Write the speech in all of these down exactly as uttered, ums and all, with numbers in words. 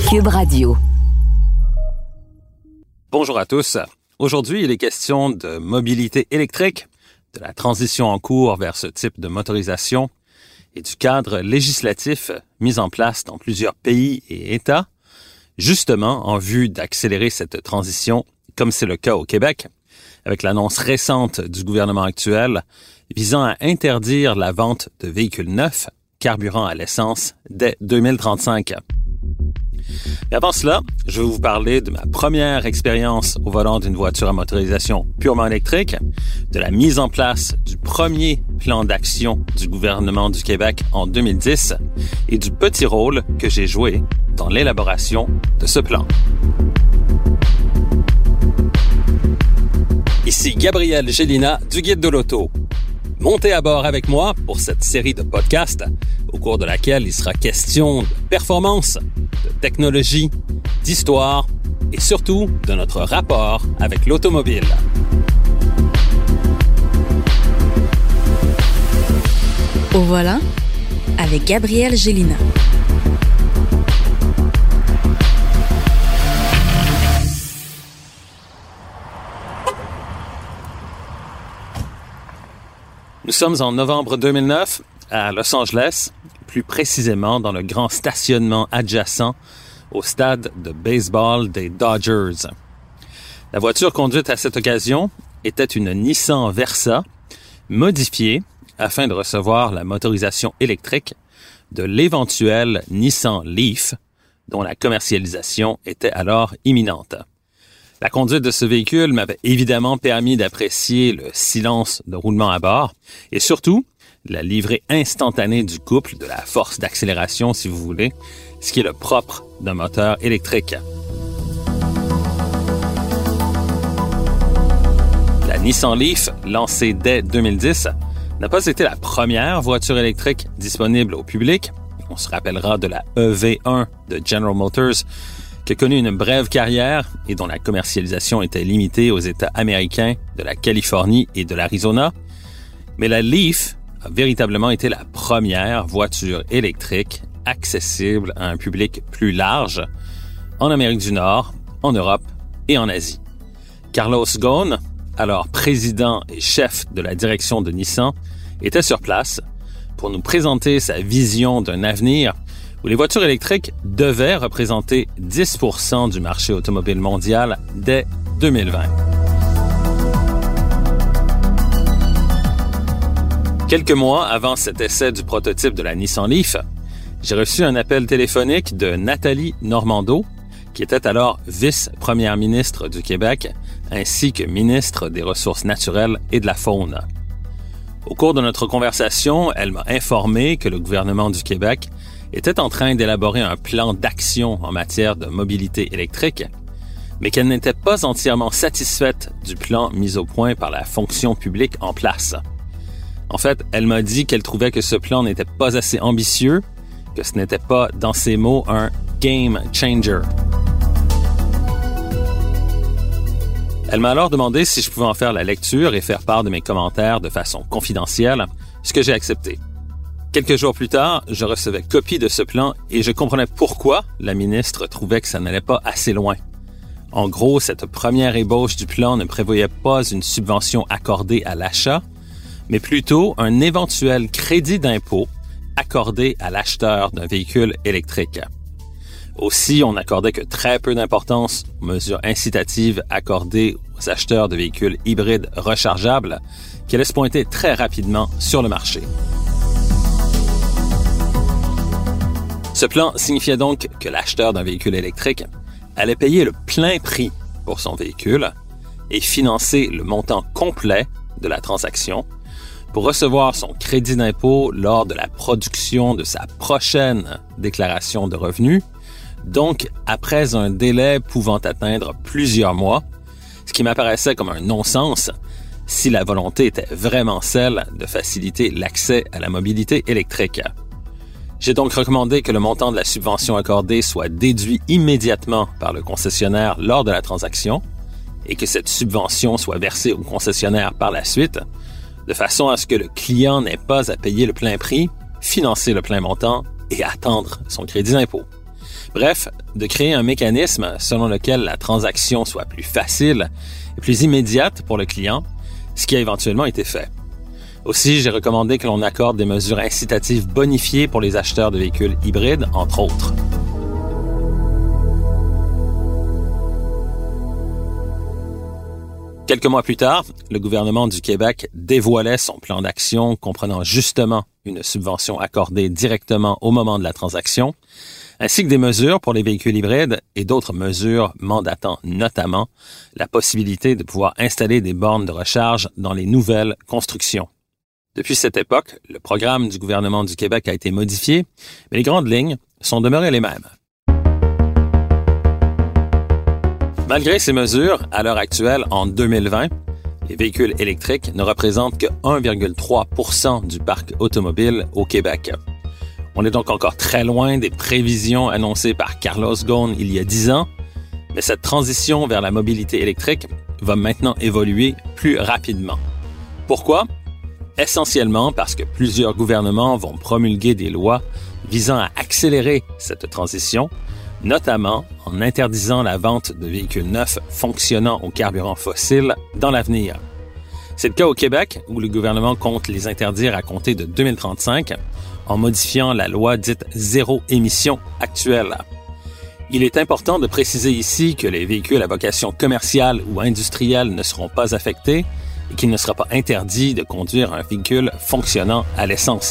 Cube Radio. Bonjour à tous. Aujourd'hui, il est question de mobilité électrique, de la transition en cours vers ce type de motorisation et du cadre législatif mis en place dans plusieurs pays et États, justement en vue d'accélérer cette transition, comme c'est le cas au Québec, avec l'annonce récente du gouvernement actuel visant à interdire la vente de véhicules neufs carburant à l'essence dès deux mille trente-cinq. Mais avant cela, je vais vous parler de ma première expérience au volant d'une voiture à motorisation purement électrique, de la mise en place du premier plan d'action du gouvernement du Québec en deux mille dix et du petit rôle que j'ai joué dans l'élaboration de ce plan. Ici Gabriel Gélina du Guide de l'Auto. Montez à bord avec moi pour cette série de podcasts au cours de laquelle il sera question de performance, de technologie, d'histoire et surtout de notre rapport avec l'automobile. Au volant avec Gabriel Gélina. Nous sommes en novembre deux mille neuf à Los Angeles, plus précisément dans le grand stationnement adjacent au stade de baseball des Dodgers. La voiture conduite à cette occasion était une Nissan Versa modifiée afin de recevoir la motorisation électrique de l'éventuel Nissan Leaf, dont la commercialisation était alors imminente. La conduite de ce véhicule m'avait évidemment permis d'apprécier le silence de roulement à bord et surtout la livrée instantanée du couple, de la force d'accélération si vous voulez, ce qui est le propre d'un moteur électrique. La Nissan Leaf, lancée dès deux mille dix, n'a pas été la première voiture électrique disponible au public. On se rappellera de la E V un de General Motors, qui a connu une brève carrière et dont la commercialisation était limitée aux États américains de la Californie et de l'Arizona. Mais la Leaf a véritablement été la première voiture électrique accessible à un public plus large en Amérique du Nord, en Europe et en Asie. Carlos Ghosn, alors président et chef de la direction de Nissan, était sur place pour nous présenter sa vision d'un avenir où les voitures électriques devaient représenter dix pour cent du marché automobile mondial dès deux mille vingt. Quelques mois avant cet essai du prototype de la Nissan Leaf, j'ai reçu un appel téléphonique de Nathalie Normando, qui était alors vice-première ministre du Québec, ainsi que ministre des Ressources naturelles et de la faune. Au cours de notre conversation, elle m'a informé que le gouvernement du Québec était en train d'élaborer un plan d'action en matière de mobilité électrique, mais qu'elle n'était pas entièrement satisfaite du plan mis au point par la fonction publique en place. En fait, elle m'a dit qu'elle trouvait que ce plan n'était pas assez ambitieux, que ce n'était pas, dans ses mots, un « game changer ». Elle m'a alors demandé si je pouvais en faire la lecture et faire part de mes commentaires de façon confidentielle, ce que j'ai accepté. Quelques jours plus tard, je recevais copie de ce plan et je comprenais pourquoi la ministre trouvait que ça n'allait pas assez loin. En gros, cette première ébauche du plan ne prévoyait pas une subvention accordée à l'achat, mais plutôt un éventuel crédit d'impôt accordé à l'acheteur d'un véhicule électrique. Aussi, on n'accordait que très peu d'importance aux mesures incitatives accordées aux acheteurs de véhicules hybrides rechargeables qui allaient se pointer très rapidement sur le marché. Ce plan signifiait donc que l'acheteur d'un véhicule électrique allait payer le plein prix pour son véhicule et financer le montant complet de la transaction pour recevoir son crédit d'impôt lors de la production de sa prochaine déclaration de revenus, donc après un délai pouvant atteindre plusieurs mois, ce qui m'apparaissait comme un non-sens si la volonté était vraiment celle de faciliter l'accès à la mobilité électrique. J'ai donc recommandé que le montant de la subvention accordée soit déduit immédiatement par le concessionnaire lors de la transaction et que cette subvention soit versée au concessionnaire par la suite, de façon à ce que le client n'ait pas à payer le plein prix, financer le plein montant et attendre son crédit d'impôt. Bref, de créer un mécanisme selon lequel la transaction soit plus facile et plus immédiate pour le client, ce qui a éventuellement été fait. Aussi, j'ai recommandé que l'on accorde des mesures incitatives bonifiées pour les acheteurs de véhicules hybrides, entre autres. Quelques mois plus tard, le gouvernement du Québec dévoilait son plan d'action comprenant justement une subvention accordée directement au moment de la transaction, ainsi que des mesures pour les véhicules hybrides et d'autres mesures mandatant notamment la possibilité de pouvoir installer des bornes de recharge dans les nouvelles constructions. Depuis cette époque, le programme du gouvernement du Québec a été modifié, mais les grandes lignes sont demeurées les mêmes. Malgré ces mesures, à l'heure actuelle, en deux mille vingt, les véhicules électriques ne représentent que un virgule trois pour cent du parc automobile au Québec. On est donc encore très loin des prévisions annoncées par Carlos Ghosn il y a dix ans, mais cette transition vers la mobilité électrique va maintenant évoluer plus rapidement. Pourquoi? Essentiellement parce que plusieurs gouvernements vont promulguer des lois visant à accélérer cette transition, notamment en interdisant la vente de véhicules neufs fonctionnant au carburant fossile dans l'avenir. C'est le cas au Québec, où le gouvernement compte les interdire à compter de deux mille trente-cinq, en modifiant la loi dite zéro émission actuelle. Il est important de préciser ici que les véhicules à vocation commerciale ou industrielle ne seront pas affectés et qu'il ne sera pas interdit de conduire un véhicule fonctionnant à l'essence.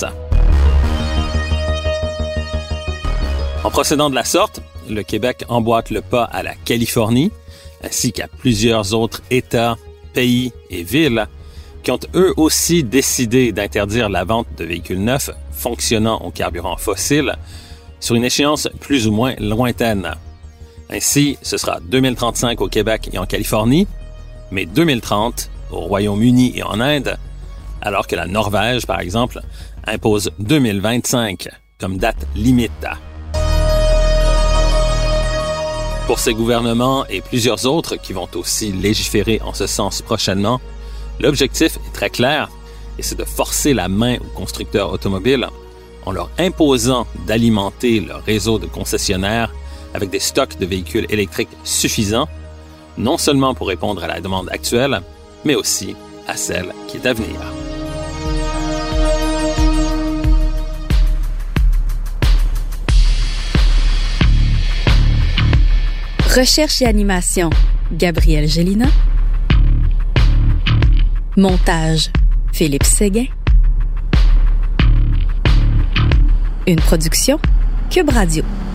En procédant de la sorte, le Québec emboîte le pas à la Californie, ainsi qu'à plusieurs autres États, pays et villes qui ont eux aussi décidé d'interdire la vente de véhicules neufs fonctionnant au carburant fossile sur une échéance plus ou moins lointaine. Ainsi, ce sera deux mille trente-cinq au Québec et en Californie, mais deux mille trente au Royaume-Uni et en Inde, alors que la Norvège, par exemple, impose deux mille vingt-cinq comme date limite. Pour ces gouvernements et plusieurs autres qui vont aussi légiférer en ce sens prochainement, l'objectif est très clair et c'est de forcer la main aux constructeurs automobiles en leur imposant d'alimenter leur réseau de concessionnaires avec des stocks de véhicules électriques suffisants, non seulement pour répondre à la demande actuelle, mais aussi à celle qui est à venir. Recherche et animation, Gabrielle Gélina. Montage, Philippe Séguin. Une production, Cube Radio.